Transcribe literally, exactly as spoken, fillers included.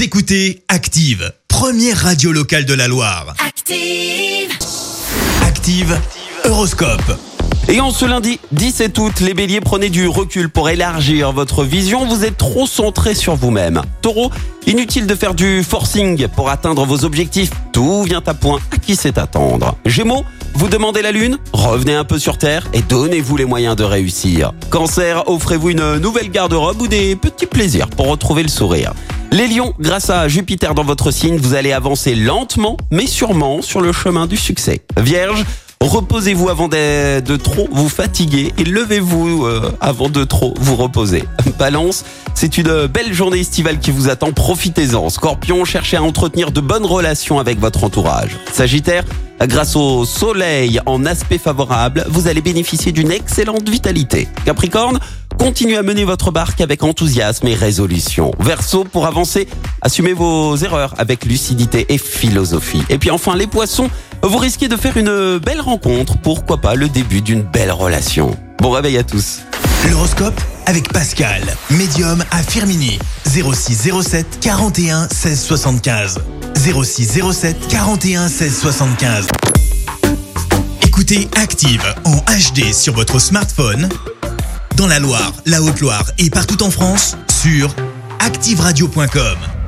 Vous écoutez Active, première radio locale de la Loire. Active. Active, Horoscope. Et en ce lundi dix-sept août, les béliers, prenez du recul pour élargir votre vision. Vous êtes trop centré sur vous-même. Taureau, inutile de faire du forcing pour atteindre vos objectifs. Tout vient à point. À qui c'est attendre? Gémeaux, vous demandez la lune? Revenez un peu sur terre et donnez-vous les moyens de réussir. Cancer, offrez-vous une nouvelle garde-robe ou des petits plaisirs pour retrouver le sourire. Les lions, grâce à Jupiter dans votre signe, vous allez avancer lentement mais sûrement sur le chemin du succès. Vierge, reposez-vous avant de, de trop vous fatiguer et levez-vous euh, avant de trop vous reposer. Balance, c'est une belle journée estivale qui vous attend, profitez-en. Scorpion, cherchez à entretenir de bonnes relations avec votre entourage. Sagittaire, grâce au soleil en aspect favorable, vous allez bénéficier d'une excellente vitalité. Capricorne, continuez à mener votre barque avec enthousiasme et résolution. Verseau, pour avancer, assumez vos erreurs avec lucidité et philosophie. Et puis enfin les poissons, vous risquez de faire une belle rencontre, pourquoi pas le début d'une belle relation. Bon réveil à tous. L'horoscope avec Pascal, médium à Firminy. zéro six zéro sept quarante et un seize soixante-quinze. zéro six zéro sept quarante et un seize soixante-quinze. Écoutez Active en H D sur votre smartphone, dans la Loire, la Haute-Loire et partout en France, sur active radio point com.